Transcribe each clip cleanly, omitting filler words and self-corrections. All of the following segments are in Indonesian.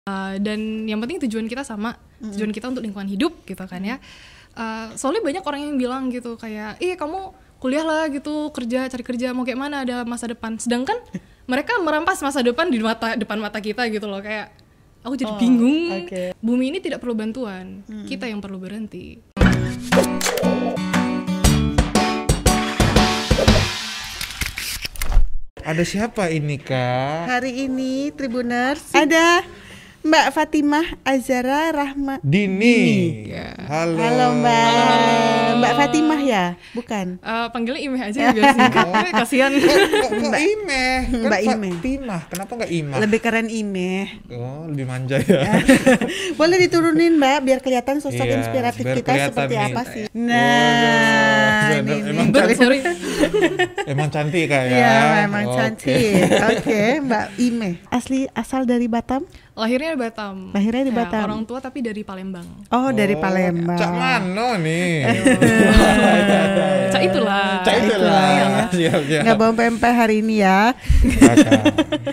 Dan yang penting tujuan kita sama, tujuan kita untuk lingkungan hidup gitu kan ya. Soalnya banyak orang yang bilang gitu kayak, kamu kuliah lah gitu, cari kerja, mau kayak mana, ada masa depan. Sedangkan mereka merampas masa depan di depan mata kita gitu loh, kayak aku jadi bingung. Bumi ini tidak perlu bantuan, kita yang perlu berhenti. Ada siapa ini, Kak? Hari ini Tribuners ada Mbak Fatimah Azhara Rahma Dini. Ya. Halo. Halo Mbak. Halo. Mbak Fatimah ya? Bukan. Panggilnya Imeh aja biar singkat. Kasihan. Kok Imeh? Kan Mbak Imeh. Fatimah. Kenapa nggak Imah? Lebih keren Imeh. Oh, lebih manja ya. Boleh diturunin Mbak biar kelihatan sosok Iya, inspiratif biar kita seperti kelihatan apa nih. sih? Nah, ini emang nih. Sorry. Emang cantik Kak ya? Iya, memang Oke. cantik. Oke, Mbak Imeh. Asal dari Batam? Lahirnya di Batam. Lahirnya di Ya, Batam. orang tua tapi dari Palembang. Oh, dari Palembang. Cak Mano nih. Cak itulah. Cak itulah. Siap. Nggak bawa pempek hari ini ya. Kakak.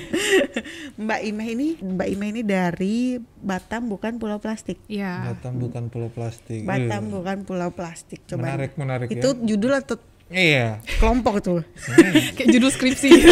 Mbak Imeh ini dari Batam bukan Pulau Plastik. Iya. Batam bukan pulau plastik. Batam bukan Pulau Plastik. Coba. Menarik Itu ya. judul atau Iya. kelompok tuh. Kayak judul skripsi.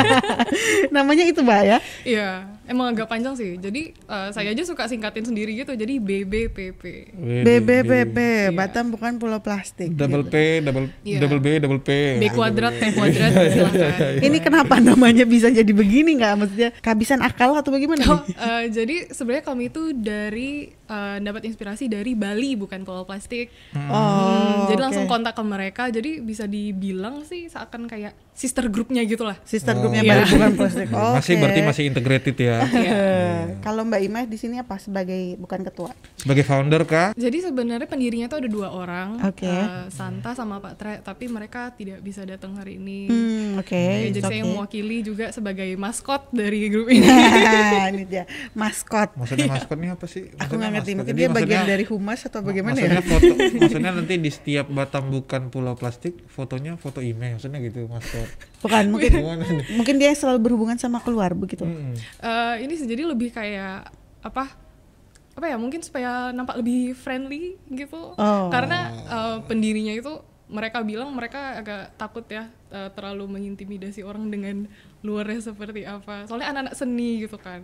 Namanya itu Mbak ya? Iya, emang agak panjang sih. Jadi saya aja suka singkatin sendiri gitu. Jadi BBPP. BBPP, Batam bukan Pulau Plastik. Double P, double B, double P. B kuadrat, P kuadrat, silahkan. Ini kenapa namanya bisa jadi begini nggak? Maksudnya kehabisan akal atau bagaimana nih? Jadi sebenarnya kami itu dari dapat inspirasi dari Bali bukan Pulau Plastik. Jadi langsung kontak ke mereka. Jadi bisa dibilang sih seakan kayak sister groupnya gitu lah. Sister groupnya Iya. Bali bukan Plastik. Berarti masih integrated ya. Kalau Mbak Imeh di sini apa sebagai bukan ketua? Sebagai founder Kak? Jadi sebenarnya pendirinya tuh ada 2 orang, Oke. Santa sama Pak Tre, tapi mereka tidak bisa datang hari ini. Oke. Jadi saya mewakili juga sebagai maskot dari grup ini. Ini dia maskot. Maksudnya maskot ini apa sih? Aku nggak ngerti, mungkin Jadi dia bagian maksudnya- dari humas atau bagaimana maksudnya ya? maksudnya nanti di setiap Batam bukan Pulau Plastik, fotonya foto Imeh, maksudnya gitu maskot. Bukan, Gimana nih? mungkin dia selalu berhubungan sama keluar begitu. Ini sih jadi lebih kayak apa ya, mungkin supaya nampak lebih friendly gitu. Karena pendirinya itu mereka bilang mereka agak takut ya terlalu mengintimidasi orang dengan luarnya seperti apa. Soalnya anak-anak seni gitu kan.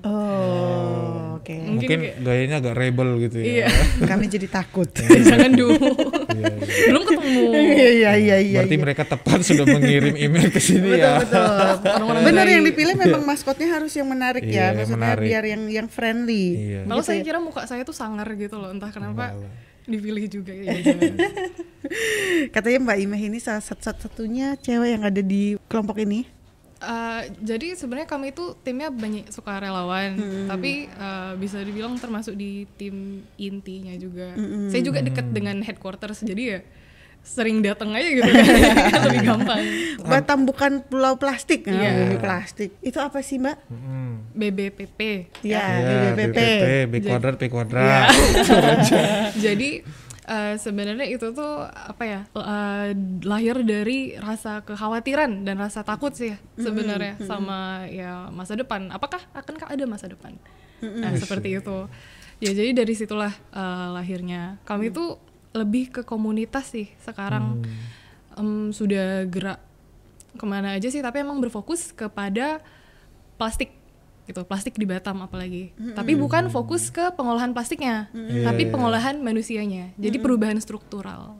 Oke. Mungkin gayanya agak rebel gitu ya. Iya. Kami jadi takut. Jangan dulu. Belum ketemu. Iya. Berarti mereka tepat sudah mengirim email ke sini ya. Betul. Orang-orang Benar baik. yang dipilih memang maskotnya harus yang menarik Iya, ya, yang maksudnya menarik. biar yang friendly. Iya. Kalau Gitu saya ya. kira muka saya tuh sangar gitu loh, entah kenapa Enggak lah. dipilih juga ya. Jangan. Katanya Mbak Imeh ini salah satu-satunya cewek yang ada di kelompok ini. Jadi sebenarnya kami itu timnya banyak sukarelawan, tapi bisa dibilang termasuk di tim intinya juga. Saya juga dekat dengan headquarters, jadi ya sering datang aja gitu kan, lebih gampang. Batam bukan Pulau Plastik. Iya. Bumi Plastik. Itu apa sih Mbak? BBPP. Iya, Iya, BBPP. B kuadrat, P kuadrat. Jadi sebenarnya itu tuh apa ya, lahir dari rasa kekhawatiran dan rasa takut sih ya, sebenarnya sama ya masa depan. Apakah akankah ada masa depan? Nah seperti itu. Ya jadi dari situlah lahirnya. Kami tuh lebih ke komunitas sih sekarang. Sudah gerak kemana aja sih, tapi emang berfokus kepada plastik gitu, plastik di Batam apalagi. Tapi bukan fokus ke pengolahan plastiknya, tapi pengolahan manusianya. Jadi perubahan struktural.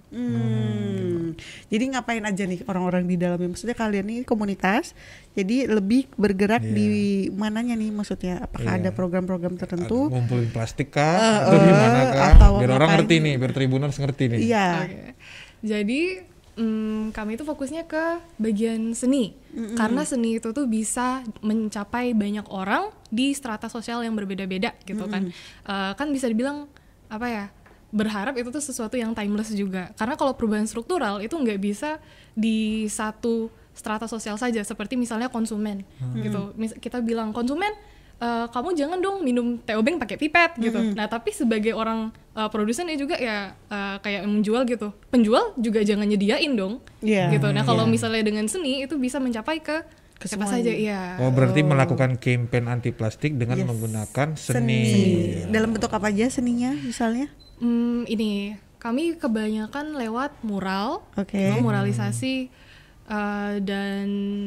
Jadi ngapain aja nih orang-orang di dalamnya? Maksudnya kalian ini komunitas, jadi lebih bergerak di mananya nih maksudnya? Apakah ada program-program tertentu? Ngumpulin plastik kah? Atau gimana kah? atau Biar orang ngapain? ngerti nih, biar Tribuners ngerti nih. Iya. Oke. Jadi kami itu fokusnya ke bagian seni, karena seni itu tuh bisa mencapai banyak orang di strata sosial yang berbeda-beda gitu kan. Kan bisa dibilang apa ya, berharap itu tuh sesuatu yang timeless juga. Karena kalau perubahan struktural itu nggak bisa di satu strata sosial saja, seperti misalnya konsumen gitu. Kita bilang konsumen, kamu jangan dong minum teh obeng pakai pipet gitu. Nah tapi sebagai orang produsen ya juga ya kayak menjual gitu, penjual juga jangan nyediain dong. Iya. Gitu. Nah kalau misalnya dengan seni itu bisa mencapai ke siapa saja, iya. Oh, berarti melakukan campaign anti plastik dengan menggunakan seni. Dalam bentuk apa aja seninya misalnya? Ini kami kebanyakan lewat mural, Oke. muralisasi dan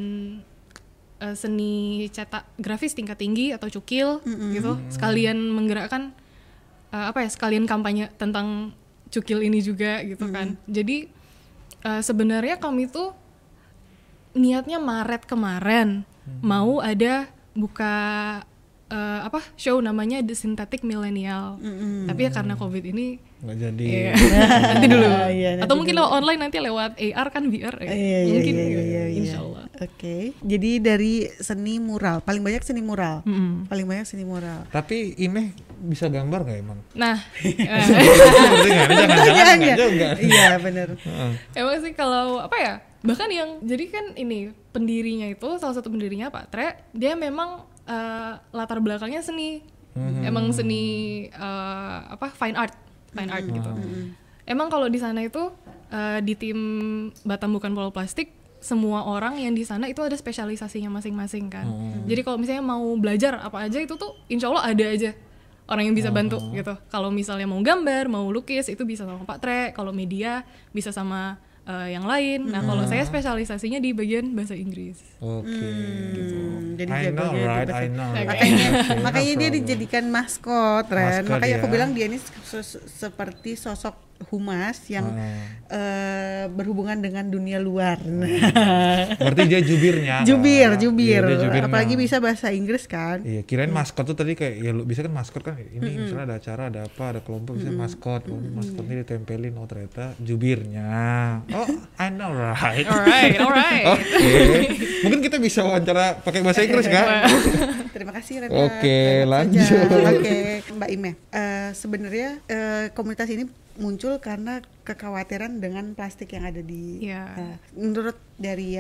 seni cetak grafis tingkat tinggi atau cukil gitu. Sekalian menggerakkan sekalian kampanye tentang cukil ini juga gitu kan. Jadi sebenarnya kami tuh niatnya Maret kemarin mau ada buka show namanya The Synthetic Millennial. Tapi ya karena COVID ini Nggak jadi. nanti dulu. Iya, Atau mungkin lewat online, nanti lewat AR kan VR ya. Mungkin insya Allah. Oke. Jadi dari seni mural, paling banyak seni mural. Paling banyak seni mural. Tapi Imeh bisa gambar nggak emang? Nah, Berarti nggak? Jangan-jangan nggak juga. Iya benar. emang sih kalau bahkan yang jadi kan ini pendirinya itu, salah satu pendirinya Pak Tre, dia memang latar belakangnya seni, emang seni fine art gitu. Emang kalau di sana itu di tim Batam Bukan Pulau Plastik, semua orang yang di sana itu ada spesialisasinya masing-masing kan. Jadi kalau misalnya mau belajar apa aja itu tuh insya Allah ada aja orang yang bisa bantu gitu. Kalau misalnya mau gambar, mau lukis itu bisa sama Pak Tre. Kalau media bisa sama yang lain. Nah kalau saya spesialisasinya di bagian bahasa Inggris. Oke. Gitu. Jadi I know, jagonya di right? bahasa- I know. Makanya dia dijadikan maskot, Ren. Maskot, Makanya aku ya. bilang dia ini seperti sosok humas yang berhubungan dengan dunia luar. Berarti dia jubirnya. Jubir. Iya, dia jubirnya. Apalagi bisa bahasa Inggris kan. Iya, kirain maskot tuh tadi kayak ya lu bisa kan maskot kan ini misalnya ada acara, ada apa, ada kelompok bisa maskot. Oh, maskotnya ditempelin, oh ternyata jubirnya. Oh, I know right. Alright. Oke. Mungkin kita bisa wawancara pakai bahasa Inggris kan? Terima kasih Rena. Oke, Lanjut lanjut. saja. Oke, Mbak Ime. Sebenarnya komunitas ini muncul karena kekhawatiran dengan plastik yang ada di menurut dari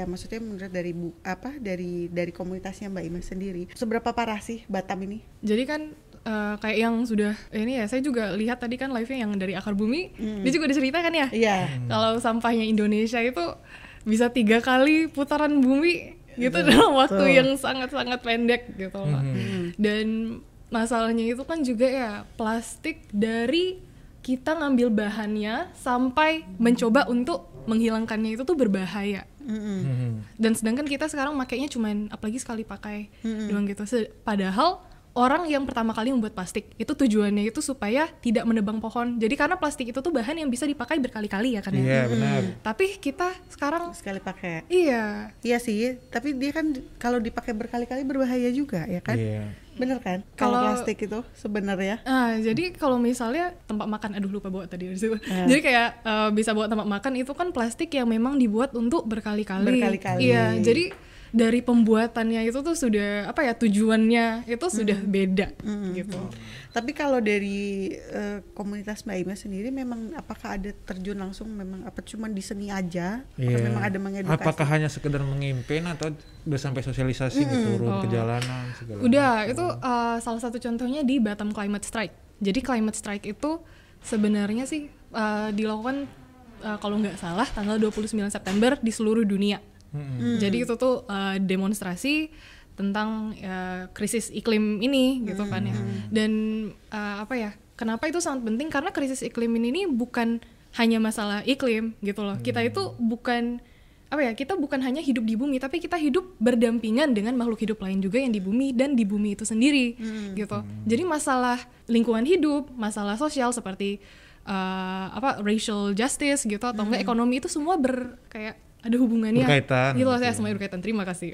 dari komunitasnya Mbak Ime sendiri. Seberapa parah sih Batam ini? Jadi kan kayak yang sudah ini ya, saya juga lihat tadi kan live-nya yang dari Akar Bumi, dia juga diceritakan ya. Iya. Kalau sampahnya Indonesia itu bisa 3 kali putaran bumi gitu dalam waktu yang sangat-sangat pendek gitu loh. Dan masalahnya itu kan juga ya plastik dari kita ngambil bahannya sampai mencoba untuk menghilangkannya itu tuh berbahaya. Dan sedangkan kita sekarang makainya cuman apalagi sekali pakai doang gitu. Padahal orang yang pertama kali membuat plastik itu tujuannya itu supaya tidak menebang pohon. Jadi karena plastik itu tuh bahan yang bisa dipakai berkali-kali ya kan ya. Iya, benar. Tapi kita sekarang Sekali pakai. iya. Iya sih, tapi dia kan kalau dipakai berkali-kali berbahaya juga ya kan? Iya. Bener kan? Kalau Kalau- plastik itu sebenarnya. Jadi kalau misalnya tempat makan, aduh lupa bawa tadi dari situ. Jadi kayak bisa buat tempat makan itu kan plastik yang memang dibuat untuk berkali-kali. Berkali-kali. Iya, jadi dari pembuatannya itu tuh sudah tujuannya itu sudah beda gitu. Tapi kalau dari komunitas Mbak Ima sendiri memang apakah ada terjun langsung memang apa cuma di seni aja? Atau Iya. memang ada mengedukasi? Apakah hanya sekedar mengimpin atau udah sampai sosialisasi nih turun ke jalanan segala Udah, itu salah satu contohnya di Batam Climate Strike. Jadi Climate Strike itu sebenarnya sih dilakukan kalau nggak salah tanggal 29 September di seluruh dunia. Jadi itu tuh demonstrasi tentang krisis iklim ini gitu kan ya. Dan kenapa itu sangat penting? Karena krisis iklim ini bukan hanya masalah iklim gitu loh. Kita itu bukan kita bukan hanya hidup di bumi, tapi kita hidup berdampingan dengan makhluk hidup lain juga yang di bumi dan di bumi itu sendiri gitu. Jadi masalah lingkungan hidup, masalah sosial seperti racial justice gitu atau enggak ekonomi itu semua kayak ada hubungannya. Berkaitan. Gitu loh, saya semuanya berkaitan. Terima kasih.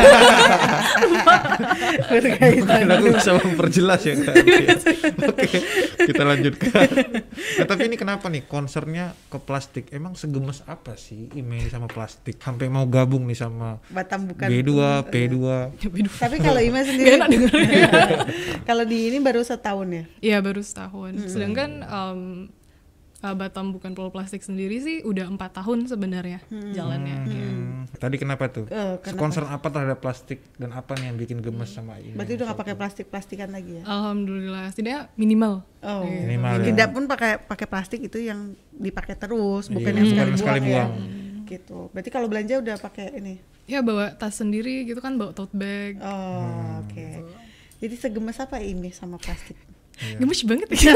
Berkaitan. Aku bisa memperjelas ya kan. Oke, kita lanjutkan. Nah, tapi ini kenapa nih concernnya ke plastik? Emang segemes apa sih email sama plastik? Sampai mau gabung nih sama Batam bukan B2, P2. Tapi kalau Ima sendiri kalau di ini baru setahun ya? Iya, baru setahun. Sedangkan Batam Bukan Pulau Plastik sendiri sih udah 4 tahun sebenarnya jalannya. Iya. Tadi kenapa tuh? Kenapa? Concern apa terhadap plastik dan apa nih yang bikin gemes sama ini? Berarti udah nggak pakai plastik-plastikan lagi ya? Alhamdulillah, setidaknya minimal. Oh, Minimal ya. tidak pun pakai plastik itu yang dipakai terus, bukan Iya, yang bukan sekali sekali buang, buang. ya. Gitu. Berarti kalau belanja udah pakai ini. ya bawa tas sendiri gitu kan, bawa tote bag. Oh, oke. Jadi segemes apa ini sama plastik? Gemes banget ya.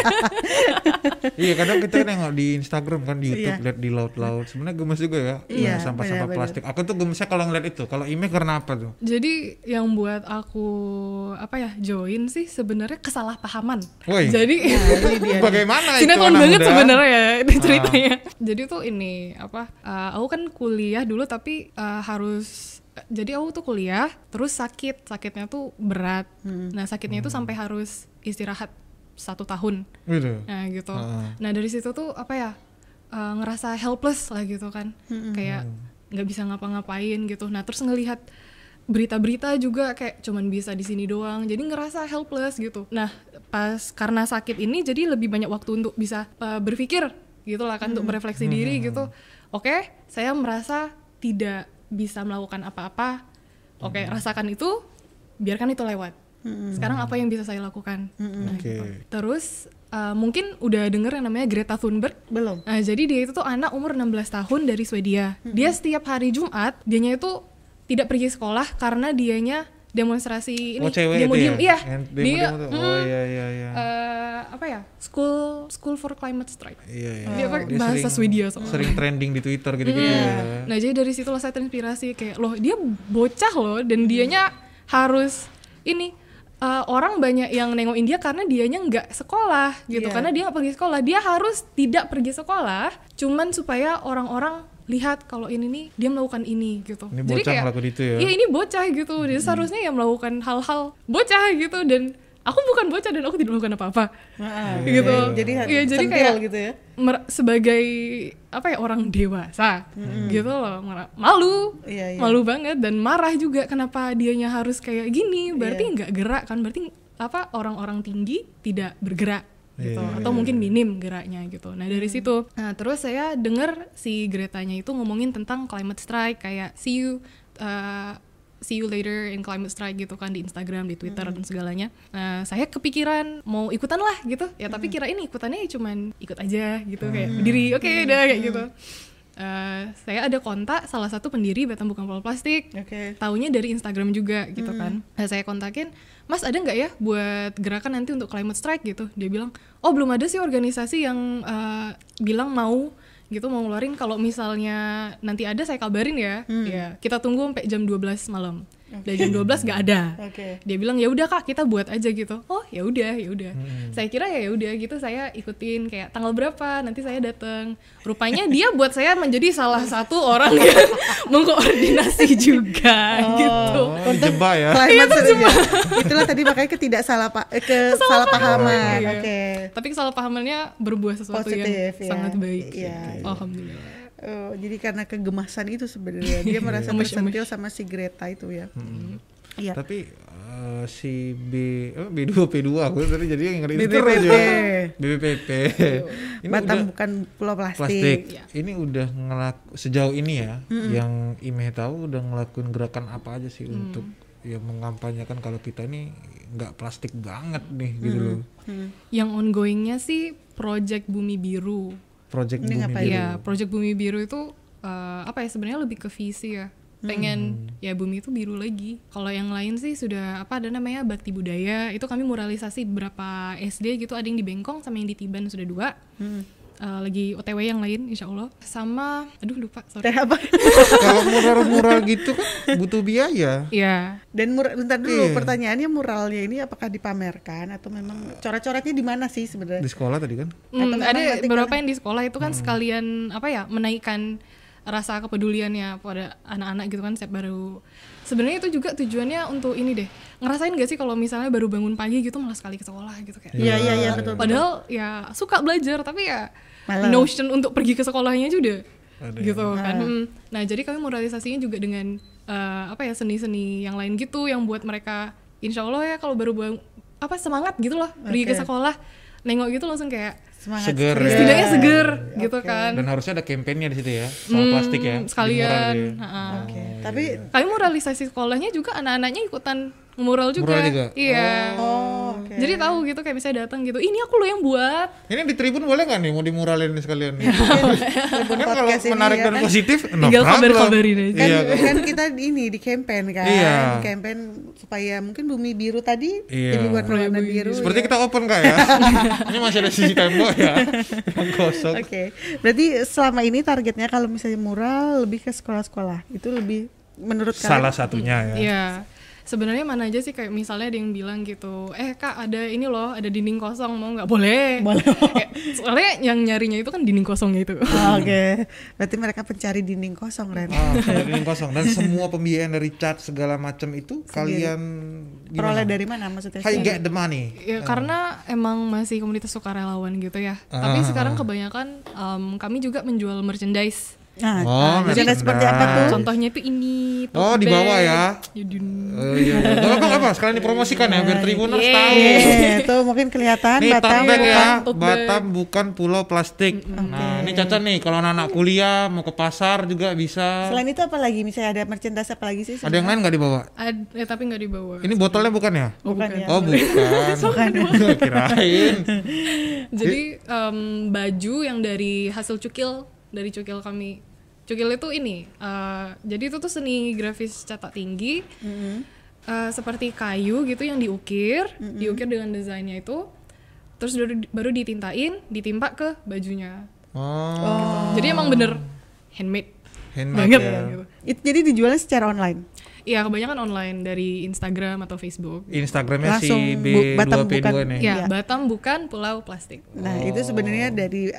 Iya, kadang kita kan nengok di Instagram kan, di YouTube, Iya. lihat di laut-laut. Sebenarnya gemes juga ya, Iya, sampah-sampah benar-benar. plastik. Aku tuh gemesnya kalau ngeliat itu. Kalau Ime karena apa tuh? Jadi yang buat aku join sih sebenarnya kesalahpahaman. Woi. Jadi Nah, ini dia. Bagaimana itu sinetron anak banget muda? sebenarnya ya ini ceritanya. Jadi tuh ini aku kan kuliah dulu tapi jadi aku tuh kuliah terus sakitnya tuh berat. Nah sakitnya itu sampai harus istirahat 1 tahun. Gitu. Nah gitu. Nah dari situ tuh ngerasa helpless lah gitu kan. Kayak nggak bisa ngapa-ngapain gitu. Nah terus ngelihat berita-berita juga kayak cuman bisa di sini doang. Jadi ngerasa helpless gitu. Nah pas karena sakit ini jadi lebih banyak waktu untuk bisa berpikir gitu lah kan, untuk berefleksi diri gitu. Oke, saya merasa tidak bisa melakukan apa-apa. Oke, rasakan itu, biarkan itu lewat. Sekarang apa yang bisa saya lakukan? Nah, gitu. Terus mungkin udah denger yang namanya Greta Thunberg. Belum. Nah, jadi dia itu tuh anak umur 16 tahun dari Swedia. Dia setiap hari Jumat, dianya itu tidak pergi sekolah karena dianya demonstrasi ini. Oh, cewek demo itu ya? Iya. Yang Dia demo-demo tuh. Oh iya. School for Climate Strike. Iya. Dia pakai Dia bahasa Swedia soalnya. sering trending di Twitter gitu-gitu ya. Nah jadi dari situlah saya terinspirasi kayak loh dia bocah loh dan dianya harus ini orang banyak yang nengokin dia karena dianya nggak sekolah gitu, karena dia nggak pergi sekolah, dia harus tidak pergi sekolah cuman supaya orang-orang lihat kalau ini nih dia melakukan ini gitu. Ini Jadi bocah kayak ngelakuin itu ya? Iya ini bocah gitu, dia seharusnya ya melakukan hal-hal bocah gitu dan aku bukan bocah dan aku tidak melakukan apa-apa. Gitu. Jadi Iya, jadi sentil kayak gitu ya. sebagai orang dewasa gitu loh, malu. Iya. Malu banget dan marah juga kenapa dianya harus kayak gini, berarti nggak gerak kan, berarti orang-orang tinggi tidak bergerak gitu, atau mungkin minim geraknya gitu. Nah dari situ, nah terus saya dengar si Gretanya itu ngomongin tentang climate strike, kayak see you later in climate strike gitu kan, di Instagram, di Twitter dan segalanya. Nah saya kepikiran mau ikutan lah gitu ya, tapi kirain ikutannya cuman ikut aja gitu, kayak berdiri oke udah kayak gitu. Saya ada kontak salah satu pendiri Batam Bukan Botol Plastik, taunya dari Instagram juga gitu kan. Nah, saya kontakin, Mas ada nggak ya buat gerakan nanti untuk climate strike gitu? Dia bilang, oh belum ada sih organisasi yang bilang mau gitu, mau ngeluarin. Kalau misalnya nanti ada saya kabarin ya. Ya kita tunggu sampai jam 12 malam. Dari jam 12 nggak ada. Dia bilang ya udah Kak kita buat aja gitu. Oh ya udah. Saya kira ya udah gitu, saya ikutin kayak tanggal berapa nanti saya datang. Rupanya dia buat saya menjadi salah satu orang yang mengkoordinasi juga gitu. Oh, dijebak ya. Itulah tadi makanya kesalahpahaman. Iya. Oke. Tapi kesalahpahamannya berbuah sesuatu Positif, yang ya. sangat baik. Iya. Alhamdulillah. Oh, jadi karena kegemasan itu sebenarnya dia merasa tersentil sama si Greta itu ya. Iya. Tapi si B2P2 aku tadi jadi ngeri BBPP. BBPP. Ini Batam udah Bukan Pulau Plastik. plastik. Iya. Ini udah sejauh ini ya, yang Ime tahu udah ngelakuin gerakan apa aja sih untuk ya mengampanyakan kalau kita ini nggak plastik banget nih gitu loh. Yang ongoingnya sih Project Bumi Biru. Project Ini Bumi ngapain? Biru. Ya, Project Bumi Biru itu sebenarnya lebih ke visi ya. Pengen ya bumi itu biru lagi. Kalau yang lain sih sudah ada namanya Bakti Budaya. Itu kami muralisasi beberapa SD gitu, ada yang di Bengkong sama yang di Tiban sudah 2. Lagi OTW yang lain insya Allah. Sama lupa sorry. Apa? Kalau mural-mural gitu kan butuh biaya. Iya. Dan bentar dulu, Iya. pertanyaannya muralnya ini apakah dipamerkan atau memang coret-coretnya di mana sih Di sebenarnya? sekolah tadi kan? Atau memang Ada nanti beberapa yang di sekolah itu kan sekalian menaikkan rasa kepeduliannya pada anak-anak gitu kan, setiap baru. Sebenarnya itu juga tujuannya untuk ini deh, ngerasain gak sih kalau misalnya baru bangun pagi gitu malah sekali ke sekolah gitu kayak. Iya betul. Padahal ya suka belajar tapi ya Malah. notion untuk pergi ke sekolahnya juga Ada gitu kan. Nah jadi kami moralisasinya juga dengan seni-seni yang lain gitu, yang buat mereka insya Allah ya kalau baru semangat gitu loh pergi ke sekolah, nengok gitu langsung kayak Semangat. Seger ya. setidaknya seger gitu kan. Dan harusnya ada kampanyenya di situ ya, soal plastik ya. di Sekalian. mural ya. Oke. Tapi Kami moralisasi sekolahnya juga anak-anaknya ikutan mural juga. Mural juga? Iya. oh, Oke. Jadi tahu gitu kayak misalnya datang gitu, ini aku loh yang buat. Ini di Tribun boleh nggak nih mau dimuralin sekalian nih? Tribun Kan kalau podcast ini menarik ya dan kan. positif, no Tinggal problem. kabar-kabarin aja. Kan, Iya, kan kita ini di campaign kan, Iya. campaign supaya mungkin bumi biru tadi Iya. jadi warna biru. Seperti ya. kita open kak ya. Ini masih ada sisi tembok ya yang kosong. Oke, berarti selama ini targetnya kalau misalnya mural lebih ke sekolah-sekolah, itu lebih menurut Salah kalian? satunya ya. Iya. Sebenarnya mana aja sih kayak misalnya ada yang bilang gitu, Kak ada ini loh, ada dinding kosong mau nggak? Boleh. Soalnya yang nyarinya itu kan dinding kosongnya itu. Oke, berarti mereka pencari dinding kosong, Ren. Dinding kosong dan semua pembiayaan dari cat segala macam itu kalian Peroleh gimana? dari mana maksudnya? How you get the money? Ya, karena emang masih komunitas sukarelawan gitu ya. Tapi sekarang kebanyakan kami juga menjual merchandise. Nah, Oh, jadi seperti apa tuh? Contohnya itu ini. Oh, tote di bawah bag. ya. Yudun. Oh iya. Gak apa-apa, sekalian dipromosikan ya biar Tribuners tahu. Tuh mungkin kelihatan Nih Batam tote bag ya, tote bag. Batam bukan pulau plastik. Nah, ini Caca nih kalau anak-anak kuliah mau ke pasar juga bisa. Selain itu apa lagi? Misalnya ada merchandise apa lagi sih? Ada yang lain nggak dibawa? Tapi nggak dibawa. Ini botolnya bukan ya? Bukan ya. Oh bukan. Kirain. Jadi baju yang dari hasil cukil kami. Cukil itu ini, jadi itu tuh seni grafis cetak tinggi, seperti kayu gitu yang diukir dengan desainnya itu, terus baru ditintain, ditimpa ke bajunya. Oh. Jadi emang bener handmade Handmade banget ya. gitu. Itu jadi dijualnya secara online. Iya kebanyakan online dari Instagram atau Facebook. Instagramnya Langsung si Batam B2P2 bukan. nih. Ya, Iya. Batam bukan pulau plastik. Nah, itu sebenarnya dari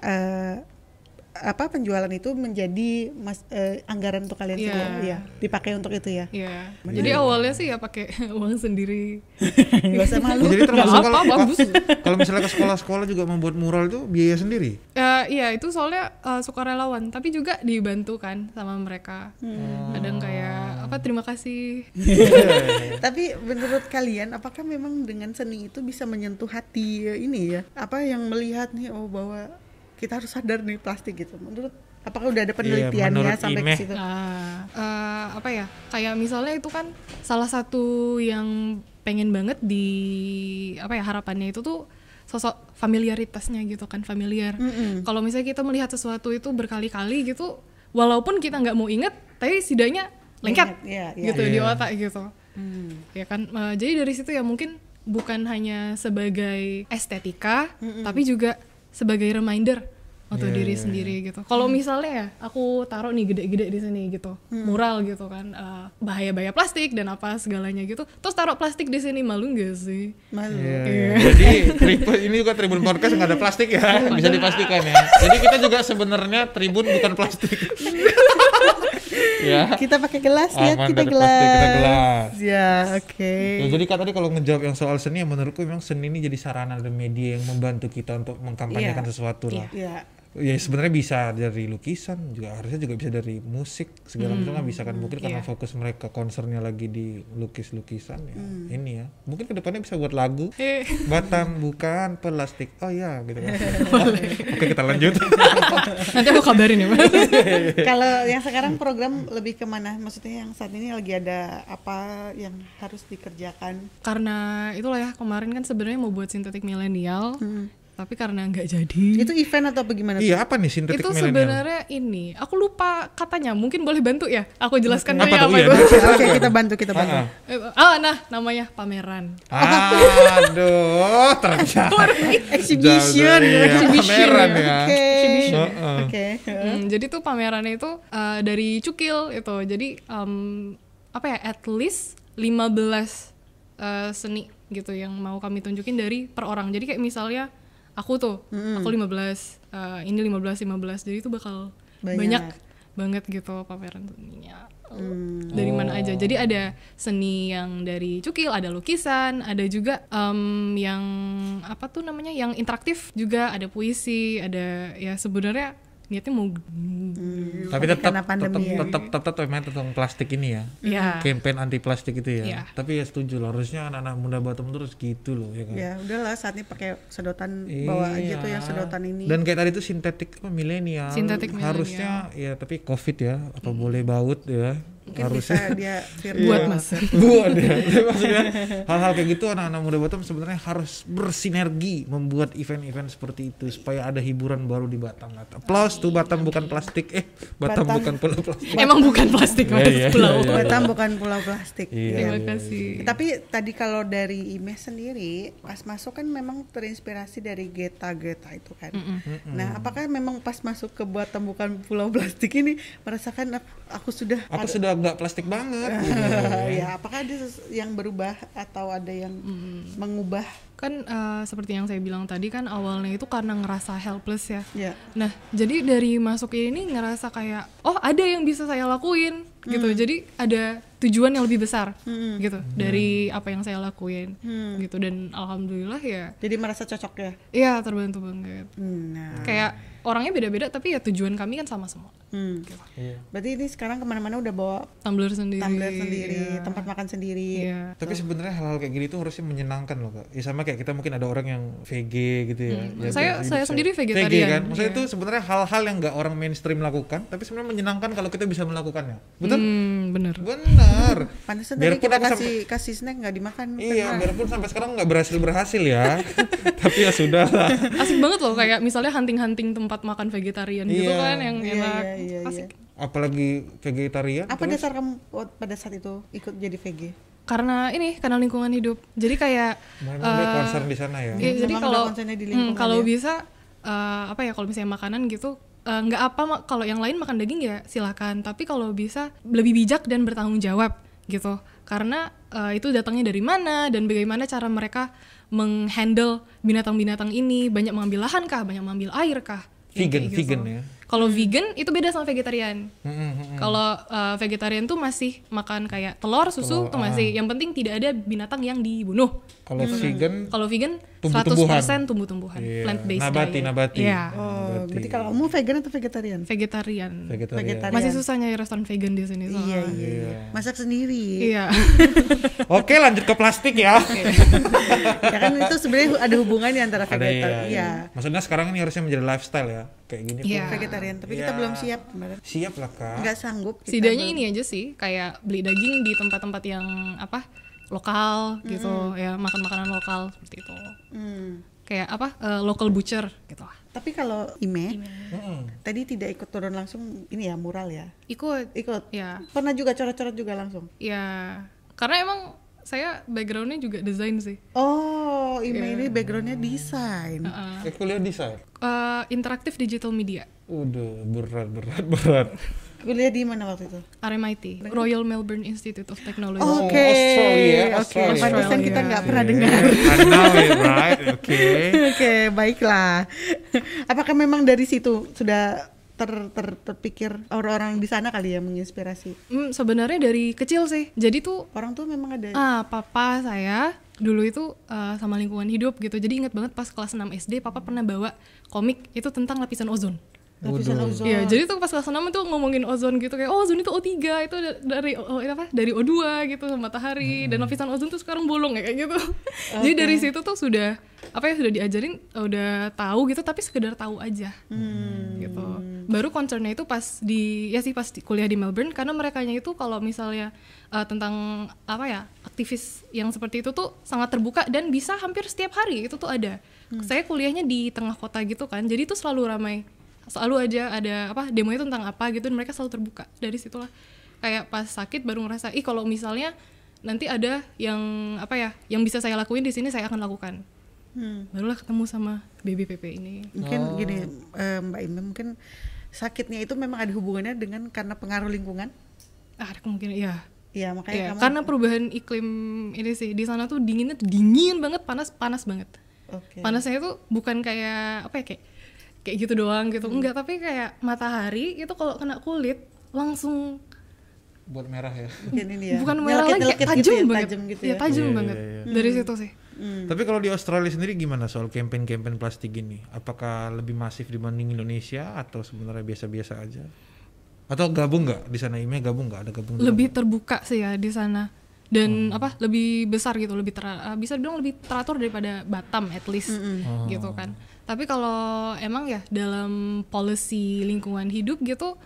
penjualan itu menjadi anggaran untuk kalian Iya. semua, ya, dipakai untuk itu ya. Iya. Jadi awalnya sih ya pakai uang sendiri. Gak usah malu. Oh, jadi termasuk Nggak kalau apa, bagus. kalau misalnya ke sekolah-sekolah juga membuat mural itu biaya sendiri. Iya itu soalnya sukarelawan, tapi juga dibantu kan sama mereka. Kadang kayak terima kasih. Tapi menurut kalian, apakah memang dengan seni itu bisa menyentuh hati ini ya? Apa yang melihat nih, bahwa kita harus sadar nih plastik gitu. Menurut, apakah udah ada penelitiannya menurut sampai Imeh. ke situ? Kayak misalnya itu kan salah satu yang pengen banget di harapannya itu tuh sosok familiaritasnya gitu kan, familiar. Kalau misalnya kita melihat sesuatu itu berkali-kali gitu, walaupun kita nggak mau inget, tapi setidaknya lengket gitu di otak gitu. Ya kan, jadi dari situ ya mungkin bukan hanya sebagai estetika, tapi juga sebagai reminder untuk diri sendiri gitu. Kalau misalnya ya aku taruh nih gede-gede di sini gitu, mural gitu kan, bahaya-bahaya plastik dan apa segalanya gitu. Terus taruh plastik di sini, malu nggak sih? Malu. Jadi ini juga Tribun Podcast nggak ada plastik ya, bisa dipastikan ya. Jadi kita juga sebenarnya Tribun bukan plastik. Ya. Kita pakai gelas ya, Aman kita dari plastik, kita gelas. Ya, oke. Ya, jadi Kak tadi kalau ngejawab yang soal seni, menurutku memang seni ini jadi sarana dan media yang membantu kita untuk mengkampanyekan sesuatu lah. Iya. Ya sebenarnya bisa dari lukisan juga, harusnya juga bisa dari musik segala macam kan bisa kan, mungkin karena fokus mereka concernnya lagi di lukis-lukisan ya. Ini ya mungkin kedepannya bisa buat lagu Batam bukan plastik, oh ya gitu kan. Oke kita lanjut. Nanti aku kabarin ya Mas. Kalau yang sekarang program lebih kemana? Maksudnya yang saat ini lagi ada apa yang harus dikerjakan? Karena itulah ya, kemarin kan sebenarnya mau buat sintetik milenial, tapi karena nggak jadi. Itu event atau bagaimana? Iya apa nih sintetik Itu milenial? sebenarnya ini, aku lupa katanya, mungkin boleh bantu ya? Aku jelaskan Apa dulu ya tuh? apa Iya, itu. Oke, kita bantu. Nah, namanya pameran. Aduh, ternyata Exhibition, pameran ya. Oke. Jadi tuh pamerannya itu dari Cukil itu. Jadi at least 15 seni gitu yang mau kami tunjukin dari per orang. Jadi kayak misalnya aku tuh, aku 15, ini 15, jadi itu bakal banyak banget gitu pameran seninya. Dari mana aja. Jadi ada seni yang dari Cukil, ada lukisan, ada juga yang yang interaktif juga, ada puisi, ada ya sebenarnya niatnya mau Tapi Karena pandemi ya. tetap tentang plastik ini ya. ya. Campaign anti plastik itu ya. Iya. Tapi ya setuju lah, harusnya anak-anak muda Batam terus gitu loh ya kan. Ya udahlah, saat ini pakai sedotan, bawa aja tuh yang sedotan ini. Dan kayak tadi tuh sintetik milenial. Sintetik milenial. Harusnya ya, tapi Covid ya, apa boleh baut ya. Mungkin harusnya bisa dia buat Mas. buat ya. Tapi maksudnya hal-hal kayak gitu anak-anak muda Batam sebenarnya harus bersinergi membuat event-event seperti itu supaya ada hiburan baru di Batam. Plus tuh Batam bukan plastik. Batam bukan pulau plastik. Emang bukan plastik Mas, pulau. Batam bukan pulau plastik. Terima kasih. Tapi tadi kalau dari Ime sendiri pas masuk kan memang terinspirasi dari Geta itu kan. Nah, apakah memang pas masuk ke Batam bukan pulau plastik ini merasakan aku sudah nggak plastik banget gitu. Ya, apakah ada yang berubah atau ada yang mengubah? Kan seperti yang saya bilang tadi kan awalnya itu karena ngerasa helpless ya. Ya. Nah, jadi dari masuk ini ngerasa kayak ada yang bisa saya lakuin gitu. Jadi ada tujuan yang lebih besar gitu dari apa yang saya lakuin gitu, dan alhamdulillah ya. Jadi merasa cocok ya? Iya, terbantu banget. Nah. Kayak orangnya beda-beda tapi ya tujuan kami kan sama semua. Gitu. Berarti ini sekarang kemana-mana udah bawa Tumbler sendiri, tempat makan sendiri. Iya. Tapi sebenarnya hal-hal kayak gini tuh harusnya menyenangkan loh Kak. Ya sama kayak kita mungkin ada orang yang VG gitu ya. Saya sendiri vegetarian. VG kan. Maksudnya itu sebenarnya hal-hal yang nggak orang mainstream lakukan, tapi sebenarnya menyenangkan kalau kita bisa melakukannya. Betul? Bener. Pantesan tadi kita kasih snack nggak dimakan. Iya, biarpun sampai sekarang nggak berhasil ya. Tapi ya sudah lah. Asik banget loh, kayak misalnya hunting tempat makan vegetarian gitu kan yang enak. Asik. Apalagi vegetarian. Apa dasar kamu pada saat itu ikut jadi VG? Karena lingkungan hidup. Jadi kayak dia concern di sana ya. Iya, jadi kalau ya? bisa kalau misalnya makanan gitu nggak apa, kalau yang lain makan daging ya silakan, tapi kalau bisa lebih bijak dan bertanggung jawab gitu. Karena itu datangnya dari mana dan bagaimana cara mereka menghandle binatang-binatang ini, banyak mengambil lahan kah, banyak mengambil air kah. Vegan ya. Kalau vegan itu beda sama vegetarian. Kalau vegetarian tuh masih makan kayak telur, susu tuh masih. Yang penting tidak ada binatang yang dibunuh. Kalau vegan 100% tumbuh-tumbuhan, plant based nabati. Iya. Berarti kalau kamu vegan atau vegetarian? Vegetarian. Masih Masih susah nyari restoran vegan di sini soalnya. Iya. Masak sendiri. Iya. Oke, lanjut ke plastik ya. Ya kan itu sebenarnya ada hubungannya antara vegetarian. Iya. Maksudnya sekarang ini harusnya menjadi lifestyle ya, kayak gini. Vegetarian, tapi kita belum siap kemarin. Siap lah Kak. Nggak sanggup. Setidaknya ini aja sih, kayak beli daging di tempat-tempat yang lokal gitu ya, makan makanan lokal seperti itu. Kayak local butcher gitu lah. Tapi kalau Ime tadi tidak ikut turun langsung ini ya, mural ya? Ikut ya. Pernah juga coret-coret juga langsung? Ya, karena emang saya backgroundnya juga desain sih. Oh, Ime ini backgroundnya desain. Kuliah desain? Interaktif digital media. Udah berat. Kuliah di mana waktu itu? RMIT, Royal Melbourne Institute of Technology. Oke. Australia. Kita nggak pernah dengar. I know it, right? Oke, baiklah. Apakah memang dari situ sudah terpikir orang-orang di sana kali ya menginspirasi? Sebenarnya dari kecil sih. Jadi tuh orang tuh memang ada. Papa saya dulu itu sama lingkungan hidup gitu. Jadi ingat banget pas kelas 6 SD, papa pernah bawa komik itu tentang lapisan ozon. Iya, jadi tuh pas kelas 6 tuh ngomongin ozon gitu, kayak ozon itu O3, itu dari O2 gitu sama matahari, dan lapisan ozon tuh sekarang bolong ya kayak gitu. Jadi dari situ tuh sudah sudah diajarin, udah tahu gitu, tapi sekedar tahu aja. Gitu. Baru concernnya itu pas kuliah di Melbourne, karena merekanya itu kalau misalnya tentang aktivis yang seperti itu tuh sangat terbuka dan bisa hampir setiap hari itu tuh ada. Saya kuliahnya di tengah kota gitu kan, jadi tuh selalu ramai. Selalu aja ada demonya tentang apa gitu, dan mereka selalu terbuka. Dari situlah kayak pas sakit baru ngerasa kalau misalnya nanti ada yang yang bisa saya lakuin di sini, saya akan lakukan. Barulah ketemu sama BBPP ini. Mungkin gini Mbak Ime, mungkin sakitnya itu memang ada hubungannya dengan karena pengaruh lingkungan? Ada kemungkinan ya. Iya, makanya kamu... karena perubahan iklim ini sih, di sana tuh dingin banget, panas banget. Panasnya itu bukan kayak kayak gitu doang gitu, enggak, tapi kayak matahari itu kalau kena kulit langsung buat merah ya. Bukan merah lagi, kayak tajam banget. Tajam banget. Dari situ sih. Tapi kalau di Australia sendiri gimana soal campaign plastik gini? Apakah lebih masif dibanding Indonesia atau sebenarnya biasa-biasa aja? Atau gabung nggak di sana? Ime gabung nggak? Ada gabung? Lebih terbuka sih ya di sana, dan lebih besar gitu, bisa dibilang lebih teratur daripada Batam at least gitu kan. Tapi kalau emang ya dalam policy lingkungan hidup gitu,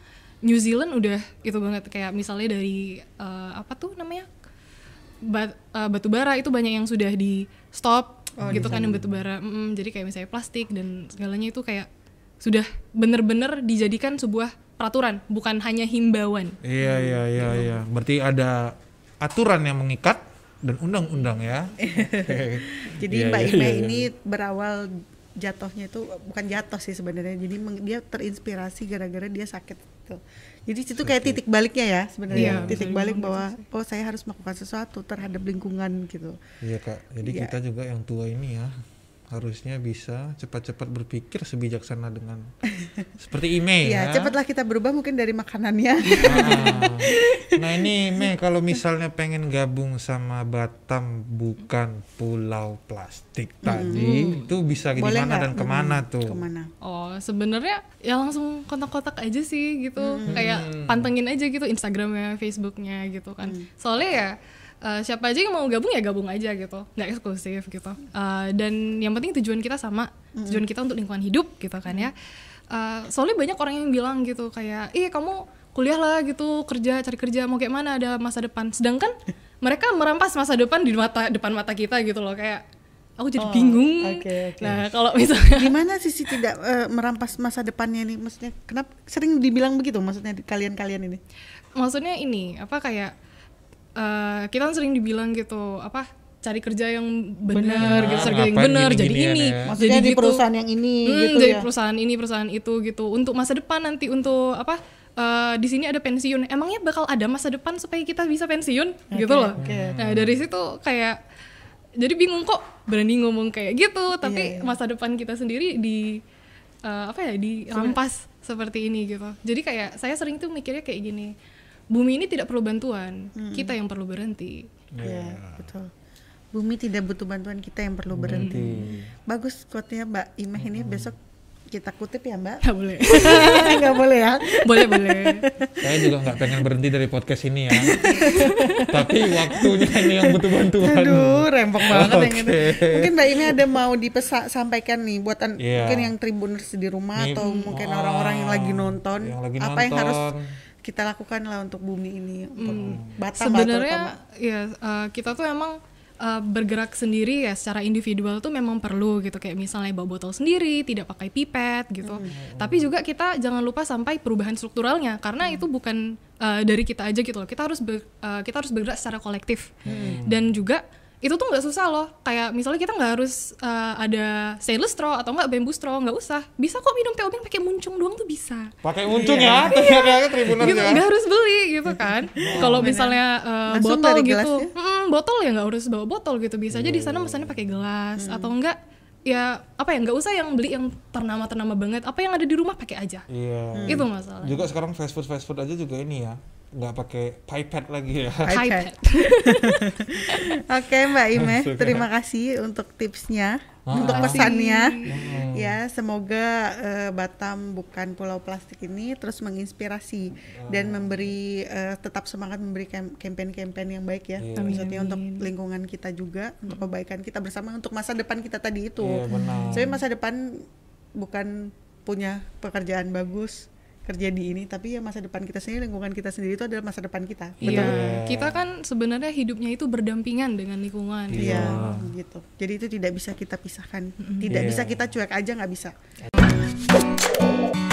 New Zealand udah itu banget, kayak misalnya dari apa tuh namanya batu bara itu banyak yang sudah di stop gitu kan, yang batu bara. Jadi kayak misalnya plastik dan segalanya itu kayak sudah bener-bener dijadikan sebuah peraturan, bukan hanya himbauan. Iya. Berarti ada aturan yang mengikat dan undang-undang ya. Jadi Mbak Ime ini berawal jatuhnya itu bukan jatuh sih sebenarnya, jadi dia terinspirasi gara-gara dia sakit gitu. Jadi situ kayak titik baliknya ya sebenarnya, titik balik bahwa saya harus melakukan sesuatu terhadap lingkungan gitu. Iya Kak, jadi kita juga yang tua ini ya harusnya bisa cepat-cepat berpikir sebijaksana dengan seperti Ime ya. Cepatlah kita berubah mungkin dari makanannya. Nah ini Ime, kalau misalnya pengen gabung sama Batam bukan pulau plastik tadi, itu bisa gimana dan kemana tuh? Kemana? Oh sebenarnya ya langsung kontak-kontak aja sih gitu, kayak pantengin aja gitu Instagramnya, Facebooknya gitu kan. Soalnya ya siapa aja yang mau gabung ya gabung aja gitu, nggak eksklusif gitu. Dan yang penting tujuan kita sama, tujuan kita untuk lingkungan hidup gitu kan ya. Soalnya banyak orang yang bilang gitu kayak, kamu kuliah lah gitu, cari kerja mau kayak mana, ada masa depan. Sedangkan mereka merampas masa depan di depan mata kita gitu loh, kayak aku jadi bingung. Okay. Nah kalau misalnya gimana sih tidak merampas masa depannya nih, maksudnya kenapa sering dibilang begitu, maksudnya kalian ini? Maksudnya ini apa kayak kita kan sering dibilang gitu apa, cari kerja yang benar gitu, kerja yang benar, jadi ini ya. Maksudnya jadi di perusahaan yang ini gitu jadi ya, perusahaan ini perusahaan itu gitu, untuk masa depan nanti, untuk apa di sini ada pensiun, emangnya bakal ada masa depan supaya kita bisa pensiun gitu loh. Nah dari situ kayak jadi bingung, kok berani ngomong kayak gitu tapi masa depan kita sendiri dirampas seperti ini gitu. Jadi kayak saya sering tuh mikirnya kayak gini, bumi ini tidak perlu bantuan, kita yang perlu berhenti. Iya, betul. Bumi tidak butuh bantuan, kita yang perlu berhenti. Bagus quote-nya Mbak Imeh ini, besok kita kutip ya Mbak. Nggak boleh. Nggak boleh ya? Boleh. Saya juga nggak pengen berhenti dari podcast ini ya. Tapi waktunya ini yang butuh bantuan. Aduh, rempong banget yang ini. Mungkin Mbak Imeh ada mau sampaikan nih buat mungkin yang Tribuners di rumah atau mungkin orang-orang yang lagi nonton, apa yang harus kita lakukan lah untuk bumi ini, untuk Batam. Sebenarnya ya kita tuh emang bergerak sendiri ya, secara individual tuh memang perlu gitu, kayak misalnya bawa botol sendiri, tidak pakai pipet gitu. Tapi juga kita jangan lupa sampai perubahan strukturalnya, karena itu bukan dari kita aja gitu loh. Kita harus bergerak secara kolektif. Dan juga itu tuh nggak susah loh, kayak misalnya kita nggak harus ada stainless straw atau nggak bamboo straw, nggak usah, bisa kok minum teh obeng pakai muncung doang tuh bisa. Pakai muncung ya, ternyata Tribuners gitu, ya. nggak harus beli gitu kan. Kalau misalnya botol gitu, botol ya nggak harus bawa botol gitu, bisa aja di sana misalnya pakai gelas atau enggak ya apa ya, nggak usah yang beli yang ternama banget, apa yang ada di rumah pakai aja. Itu masalah. Juga sekarang fast food aja juga ini ya, nggak pakai pipet lagi ya. Oke Mbak Imeh, terima kasih untuk tipsnya, untuk pesannya. Ya semoga Batam bukan pulau plastik ini terus menginspirasi dan memberi tetap semangat memberi campaign-campaign yang baik ya. Maksudnya untuk lingkungan kita juga, untuk kebaikan kita bersama, untuk masa depan kita tadi itu. Saya masa depan bukan punya pekerjaan bagus, kerja di ini, tapi ya masa depan kita sendiri, lingkungan kita sendiri itu adalah masa depan kita. Iya, kita kan sebenarnya hidupnya itu berdampingan dengan lingkungan. Iya, gitu. Jadi itu tidak bisa kita pisahkan, tidak bisa kita cuek aja, nggak bisa.